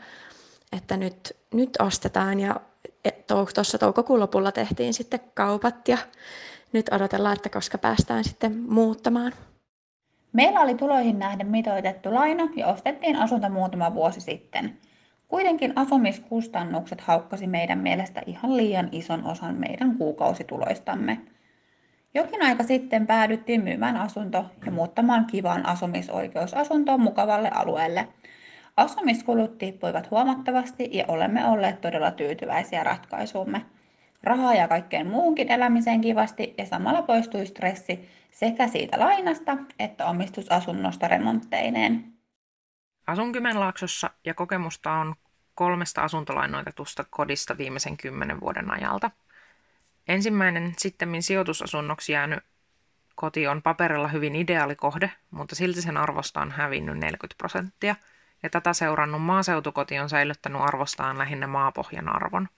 Speaker 1: että nyt ostetaan ja tuossa toukokuun lopulla tehtiin sitten kaupat ja nyt odotellaan, että koska päästään sitten muuttamaan.
Speaker 4: Meillä oli tuloihin nähden mitoitettu laina ja ostettiin asunto muutama vuosi sitten. Kuitenkin asumiskustannukset haukkasi meidän mielestä ihan liian ison osan meidän kuukausituloistamme. Jokin aika sitten päädyttiin myymään asunto ja muuttamaan kivaan asumisoikeusasuntoon mukavalle alueelle. Asumiskulut tippuivat huomattavasti ja olemme olleet todella tyytyväisiä ratkaisuumme. Rahaa ja kaikkeen muuhunkin elämiseen kivasti ja samalla poistui stressi sekä siitä lainasta että omistusasunnosta remontteineen.
Speaker 5: Asun Kymenlaaksossa ja kokemusta on 3 asuntolainoitetusta kodista viimeisen 10 vuoden ajalta. Ensimmäinen sittemmin sijoitusasunnoksi jäänyt koti on paperilla hyvin ideaali kohde, mutta silti sen arvosta on hävinnyt 40%, ja tätä seurannut maaseutukoti on säilyttänyt arvostaan lähinnä maapohjan arvon.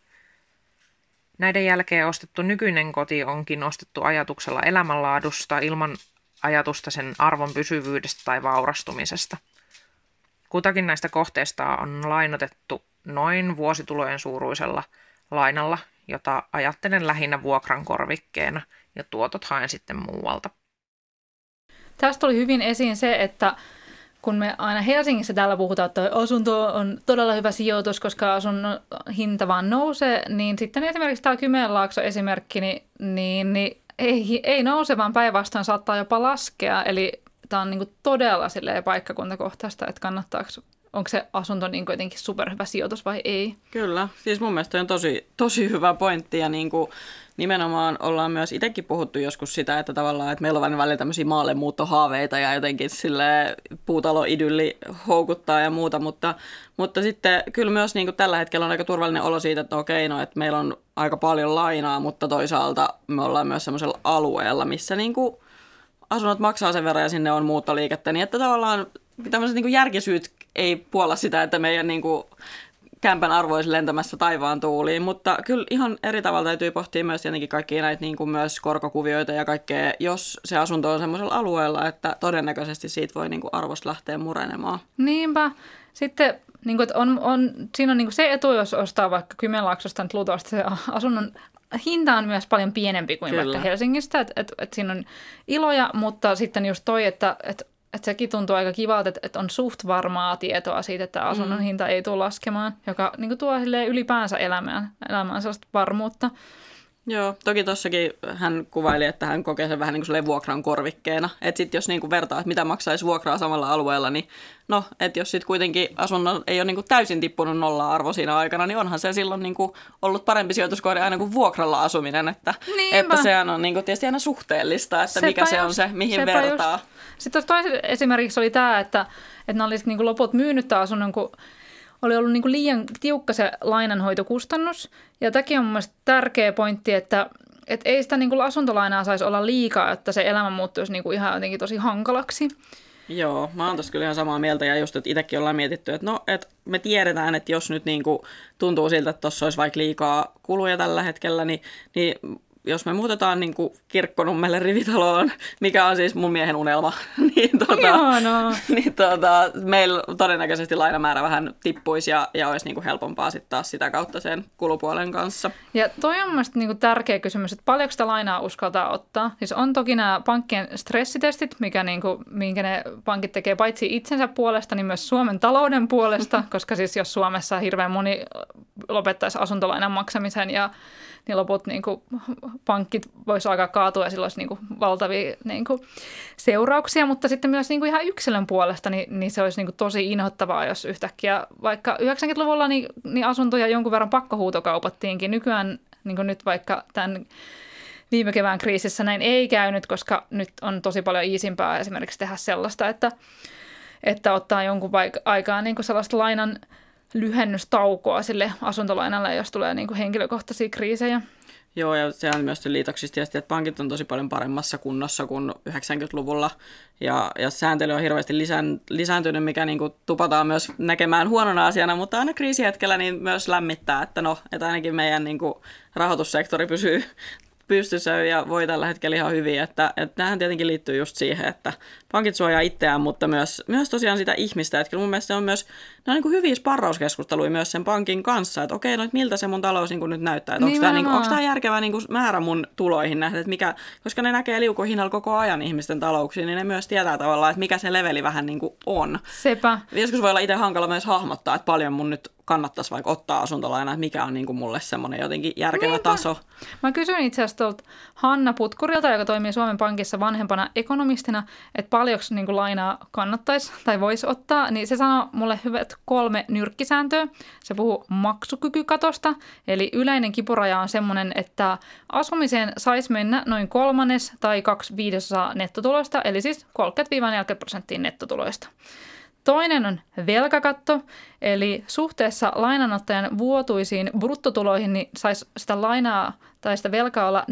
Speaker 5: Näiden jälkeen ostettu nykyinen koti onkin ostettu ajatuksella elämänlaadusta ilman ajatusta sen arvon pysyvyydestä tai vaurastumisesta. Kutakin näistä kohteista on lainotettu noin vuositulojen suuruisella lainalla, jota ajattelen lähinnä vuokran korvikkeena ja tuotot haen sitten muualta.
Speaker 2: Tästä tuli hyvin esiin se, että kun me aina Helsingissä täällä puhutaan, että asunto on todella hyvä sijoitus, koska asunnon hinta vaan nousee, niin sitten esimerkiksi täällä Kymenlaakso esimerkki, niin ei nouse, vaan päinvastoin saattaa jopa laskea. Eli tämä on niin kuin todella paikkakuntakohtaista, että onko se asunto niin kuin jotenkin superhyvä sijoitus vai ei.
Speaker 3: Kyllä, siis mun mielestä on tosi hyvä pointti ja niin kuin nimenomaan ollaan myös itsekin puhuttu joskus sitä, että tavallaan, että meillä on välillä tämmöisiä maallemuuttohaaveita ja jotenkin sille puutaloidylli houkuttaa ja muuta, mutta sitten kyllä myös niin kuin tällä hetkellä on aika turvallinen olo siitä, että okei, no, että meillä on aika paljon lainaa, mutta toisaalta me ollaan myös semmoisella alueella, missä niin kuin asunnot maksaa sen verran ja sinne on muuttoliikettä, niin että tavallaan tämmöiset niin kuin järkisyyt ei puolla sitä, että meidän niin kuin kämpän arvo olisi lentämässä taivaan tuuliin, mutta kyllä ihan eri tavalla täytyy pohtia myös tietenkin kaikkia näitä niin kuin myös korkokuvioita ja kaikkea, jos se asunto on semmoisella alueella, että todennäköisesti siitä voi niin kuin arvosta lähteä murenemaan.
Speaker 2: Niinpä. Sitten niin kuin, että siinä on niin kuin se etu, jos ostaa vaikka Kymenlaaksosta nyt luultavasti se asunnon hinta on myös paljon pienempi kuin
Speaker 3: Kyllä.
Speaker 2: vaikka Helsingistä, että siinä on iloja, mutta sitten just toi, että sekin tuntuu aika kivalta, että on suht varmaa tietoa siitä, että asunnon hinta ei tule laskemaan, joka niin kuin tuo ylipäänsä elämään sellaista varmuutta.
Speaker 3: Joo, toki tuossakin hän kuvaili, että hän kokee sen vähän niin kuin vuokran korvikkeena. Että sitten jos niin kuin vertaa, että mitä maksaisi vuokraa samalla alueella, niin no, että jos sitten kuitenkin asunnon ei ole niin kuin täysin tippunut nolla arvo siinä aikana, niin onhan se silloin niin kuin ollut parempi sijoituskohde aina kuin vuokralla asuminen. Että sehän on niin kuin tietysti aina suhteellista, että mikä se on se, mihin vertaa. Just.
Speaker 2: Sitten toinen esimerkiksi oli tämä, että ne olisi niin kuin loput myynyt tämän asunnon, kun oli ollut niin kuin liian tiukka se lainanhoitokustannus. Ja tämäkin on mun mielestä tärkeä pointti, että ei sitä niin kuin asuntolainaa saisi olla liikaa, että se elämä muuttuisi niin kuin ihan jotenkin tosi hankalaksi.
Speaker 3: Joo, mä oon tossa kyllä ihan samaa mieltä ja just, että itsekin ollaan mietitty, että no, että me tiedetään, että jos nyt niin kuin tuntuu siltä, että tuossa olisi vaikka liikaa kuluja tällä hetkellä, niin jos me muutetaan niin kuin Kirkkonummelle rivitaloon, mikä on siis mun miehen unelma, niin meillä todennäköisesti lainamäärä vähän tippuisi ja olisi niinku helpompaa sitten taas sitä kautta sen kulupuolen kanssa.
Speaker 2: Ja toi on mielestäni niinku tärkeä kysymys, että paljonko sitä lainaa uskaltaa ottaa. Siis on toki nämä pankkien stressitestit, minkä ne pankit tekee paitsi itsensä puolesta, niin myös Suomen talouden puolesta, koska siis jos Suomessa hirveän moni lopettaisi asuntolainan maksamisen ja niin loput niin kuin, pankit voisi alkaa kaatua ja sillä olisi niin kuin, valtavia niin kuin, seurauksia, mutta sitten myös niin kuin, ihan yksilön puolesta niin se olisi niin kuin, tosi inhottavaa, jos yhtäkkiä vaikka 90-luvulla niin asuntoja jonkun verran pakkohuutokaupattiinkin. Nykyään niin kuin nyt vaikka tämän viime kevään kriisissä näin ei käynyt, koska nyt on tosi paljon iisimpää esimerkiksi tehdä sellaista, että ottaa jonkun aikaa niin kuin sellaista lainan lyhennystaukoa sille asuntolainalle, jos tulee niin kuin henkilökohtaisia kriisejä.
Speaker 3: Joo, ja se on myös liitoksissa tietysti, että pankit on tosi paljon paremmassa kunnossa kuin 90-luvulla, ja sääntely on hirveästi lisääntynyt, mikä niin kuin tupataan myös näkemään huonona asiana, mutta aina kriisihetkellä niin myös lämmittää, että ainakin meidän niin kuin rahoitussektori pysyy pystyssä ja voi tällä hetkellä ihan hyvin, että tämähän tietenkin liittyy just siihen, että pankit suojaa itseään, mutta myös tosiaan sitä ihmistä, että kyllä mun mielestä se on myös, ne on niin kuin hyviä sparrauskeskusteluja myös sen pankin kanssa, että okei, no että miltä se mun talous niin kuin nyt näyttää, että onko tämä järkevä niin kuin määrä mun tuloihin nähdä, että koska ne näkee liukuhinnalla koko ajan ihmisten talouksiin, niin ne myös tietää tavallaan, että mikä se leveli vähän niin kuin on.
Speaker 2: Sepä.
Speaker 3: Joskus voi olla itse hankala myös hahmottaa, että paljon mun nyt kannattaisi vaikka ottaa asuntolainaa, että mikä on niin kuin mulle semmoinen jotenkin järkevä taso.
Speaker 2: Mä kysyin itse asiassa tuolta Hanna Putkurilta, joka toimii Suomen Pankissa vanhempana ekonomistina, että paljonko niin kuin lainaa kannattaisi tai voisi ottaa, niin se sanoi mulle hyvät 3 nyrkkisääntöä. Se puhuu maksukykykatosta, eli yleinen kipuraja on semmoinen, että asumiseen saisi mennä noin 1/3 tai 2/5 nettotuloista, eli siis 30-40% nettotuloista. Toinen on velkakatto, eli suhteessa lainanottajan vuotuisiin bruttotuloihin niin saisi sitä lainaa tai sitä velkaa olla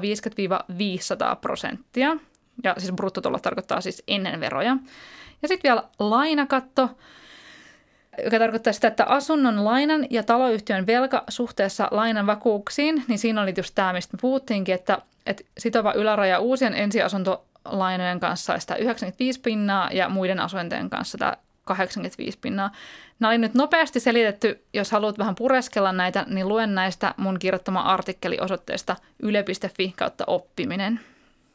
Speaker 2: 450-500%. Ja siis bruttotulot tarkoittaa siis ennen veroja. Ja sitten vielä lainakatto, joka tarkoittaa sitä, että asunnon lainan ja taloyhtiön velka suhteessa lainan vakuuksiin, niin siinä oli just tämä, mistä me puhuttiinkin, että sitova yläraja uusien ensiasuntolainojen kanssa sitä 95% ja muiden asuntojen kanssa tämä 85%. Nämä oli nyt nopeasti selitetty, jos haluat vähän pureskella näitä, niin luen näistä mun kirjoittama artikkeli osoitteesta yle.fi/oppiminen.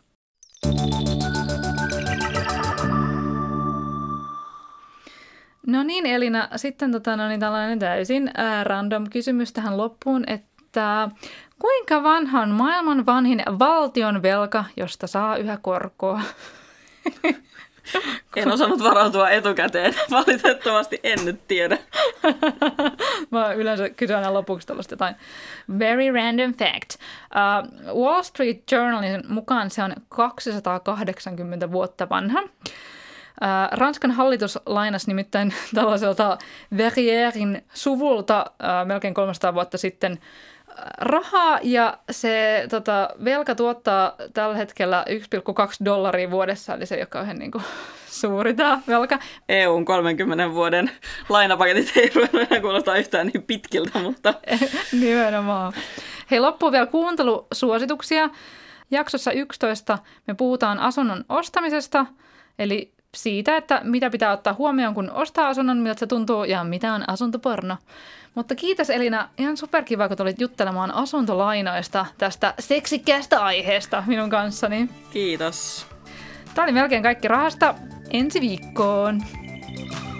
Speaker 2: No niin, Elina, sitten tällainen täysin random kysymys tähän loppuun, että kuinka vanha on maailman vanhin valtionvelka, josta saa yhä korkoa?
Speaker 3: En osannut varautua etukäteen. Valitettavasti en nyt tiedä.
Speaker 2: Mä yleensä kysyn aina lopuksi tällaista jotain very random fact. Wall Street Journalin mukaan se on 280 vuotta vanha. Ranskan hallitus lainasi nimittäin tällaiselta Verrierin suvulta melkein 300 vuotta sitten rahaa, ja se velka tuottaa tällä hetkellä $1.2 vuodessa, eli se ei ole kauhean niin kuin suuri tämä velka.
Speaker 3: EUn 30 vuoden lainapaketit ei ruvennut kuulostaa yhtään niin pitkiltä, mutta
Speaker 2: nimenomaan. Hei, loppuun vielä kuuntelusuosituksia. Jaksossa 11 me puhutaan asunnon ostamisesta, eli siitä, että mitä pitää ottaa huomioon, kun ostaa asunnon, miltä se tuntuu ja mitä on asuntoporno. Mutta kiitos Elina, ihan superkiva, kun tulit juttelemaan asuntolainoista tästä seksikkäästä aiheesta minun kanssani.
Speaker 3: Kiitos.
Speaker 2: Tämä oli melkein kaikki rahasta. Ensi viikkoon.